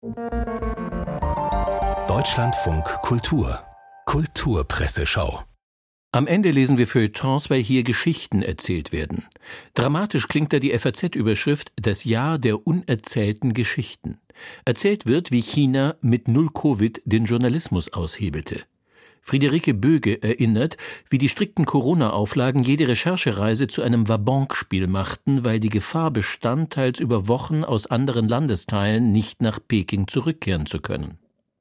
Deutschlandfunk Kultur Kulturpresseschau. Am Ende lesen wir Feuilletons, weil hier Geschichten erzählt werden. Dramatisch klingt da die FAZ-Überschrift »Das Jahr der unerzählten Geschichten«. Erzählt wird, wie China mit Null-Covid den Journalismus aushebelte. Friederike Böge erinnert, wie die strikten Corona-Auflagen jede Recherchereise zu einem Va-banque-Spiel machten, weil die Gefahr bestand, teils über Wochen aus anderen Landesteilen nicht nach Peking zurückkehren zu können.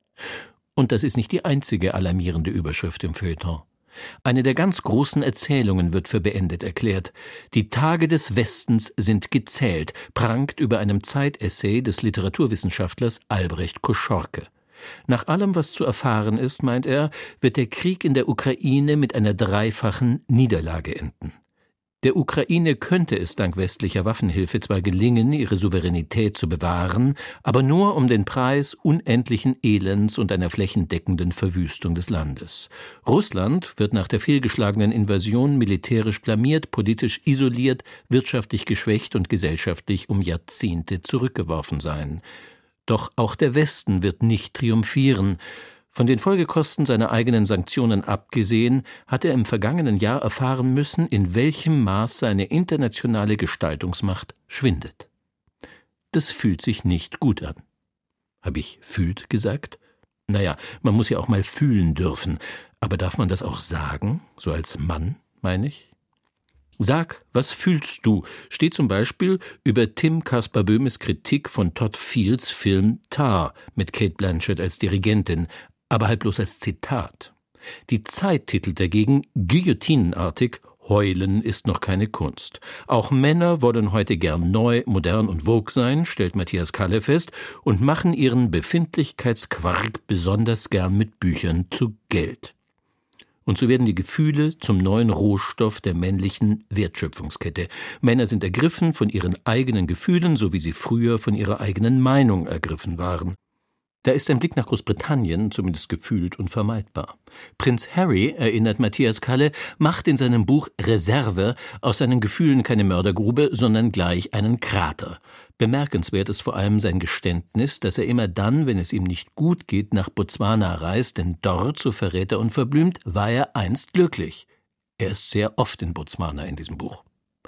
Und das ist nicht die einzige alarmierende Überschrift im Feuilleton. Eine der ganz großen Erzählungen wird für beendet erklärt. Die Tage des Westens sind gezählt, prangt über einem Zeitessay des Literaturwissenschaftlers Albrecht Koschorke. Nach allem, was zu erfahren ist, meint er, wird der Krieg in der Ukraine mit einer dreifachen Niederlage enden. Der Ukraine könnte es dank westlicher Waffenhilfe zwar gelingen, ihre Souveränität zu bewahren, aber nur um den Preis unendlichen Elends und einer flächendeckenden Verwüstung des Landes. Russland wird nach der fehlgeschlagenen Invasion militärisch blamiert, politisch isoliert, wirtschaftlich geschwächt und gesellschaftlich um Jahrzehnte zurückgeworfen sein. Doch auch der Westen wird nicht triumphieren. Von den Folgekosten seiner eigenen Sanktionen abgesehen, hat er im vergangenen Jahr erfahren müssen, in welchem Maß seine internationale Gestaltungsmacht schwindet. Das fühlt sich nicht gut an. Habe ich fühlt gesagt? Naja, man muss ja auch mal fühlen dürfen. Aber darf man das auch sagen? So als Mann, meine ich? Sag, was fühlst du? Steht zum Beispiel über Tim Caspar Böhmes Kritik von Todd Fields Film Tar mit Cate Blanchett als Dirigentin, aber halt bloß als Zitat. Die Zeit titelt dagegen guillotinenartig: Heulen ist noch keine Kunst. Auch Männer wollen heute gern neu, modern und vogue sein, stellt Matthias Kalle fest, und machen ihren Befindlichkeitsquark besonders gern mit Büchern zu Geld. Und so werden die Gefühle zum neuen Rohstoff der männlichen Wertschöpfungskette. Männer sind ergriffen von ihren eigenen Gefühlen, so wie sie früher von ihrer eigenen Meinung ergriffen waren. Da ist ein Blick nach Großbritannien zumindest gefühlt unvermeidbar. Prinz Harry, erinnert Matthias Kalle, macht in seinem Buch Reserve aus seinen Gefühlen keine Mördergrube, sondern gleich einen Krater. Bemerkenswert ist vor allem sein Geständnis, dass er immer dann, wenn es ihm nicht gut geht, nach Botswana reist, denn dort, so verrät er unverblümt, war er einst glücklich. Er ist sehr oft in Botswana in diesem Buch.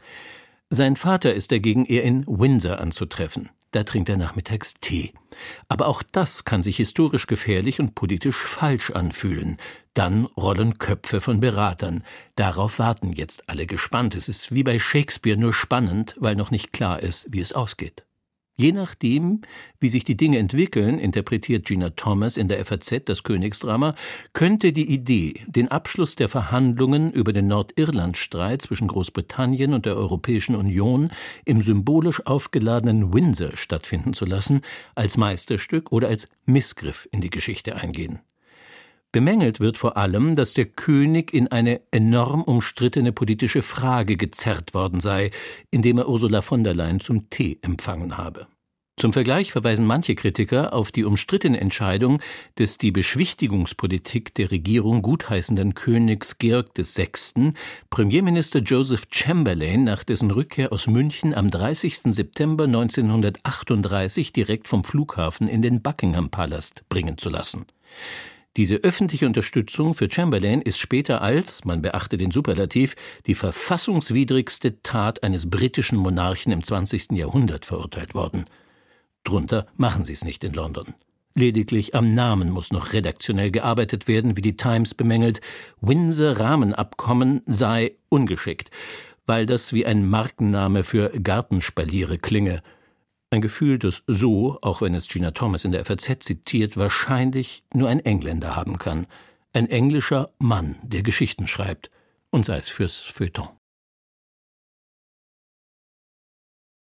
Sein Vater ist dagegen eher in Windsor anzutreffen. Da trinkt er nachmittags Tee. Aber auch das kann sich historisch gefährlich und politisch falsch anfühlen. Dann rollen Köpfe von Beratern. Darauf warten jetzt alle gespannt. Es ist wie bei Shakespeare nur spannend, weil noch nicht klar ist, wie es ausgeht. Je nachdem, wie sich die Dinge entwickeln, interpretiert Gina Thomas in der FAZ das Königsdrama, könnte die Idee, den Abschluss der Verhandlungen über den Nordirlandstreit zwischen Großbritannien und der Europäischen Union im symbolisch aufgeladenen Windsor stattfinden zu lassen, als Meisterstück oder als Missgriff in die Geschichte eingehen. Bemängelt wird vor allem, dass der König in eine enorm umstrittene politische Frage gezerrt worden sei, indem er Ursula von der Leyen zum Tee empfangen habe. Zum Vergleich verweisen manche Kritiker auf die umstrittene Entscheidung des die Beschwichtigungspolitik der Regierung gutheißenden Königs Georg VI., Premierminister Joseph Chamberlain nach dessen Rückkehr aus München am 30. September 1938 direkt vom Flughafen in den Buckingham-Palast bringen zu lassen. Diese öffentliche Unterstützung für Chamberlain ist später als, man beachte den Superlativ, die verfassungswidrigste Tat eines britischen Monarchen im 20. Jahrhundert verurteilt worden. Drunter machen sie es nicht in London. Lediglich am Namen muss noch redaktionell gearbeitet werden, wie die Times bemängelt. Windsor-Rahmenabkommen sei ungeschickt, weil das wie ein Markenname für Gartenspaliere klinge. Ein Gefühl, das so, auch wenn es Gina Thomas in der FAZ zitiert, wahrscheinlich nur ein Engländer haben kann. Ein englischer Mann, der Geschichten schreibt. Und sei es fürs Feuilleton.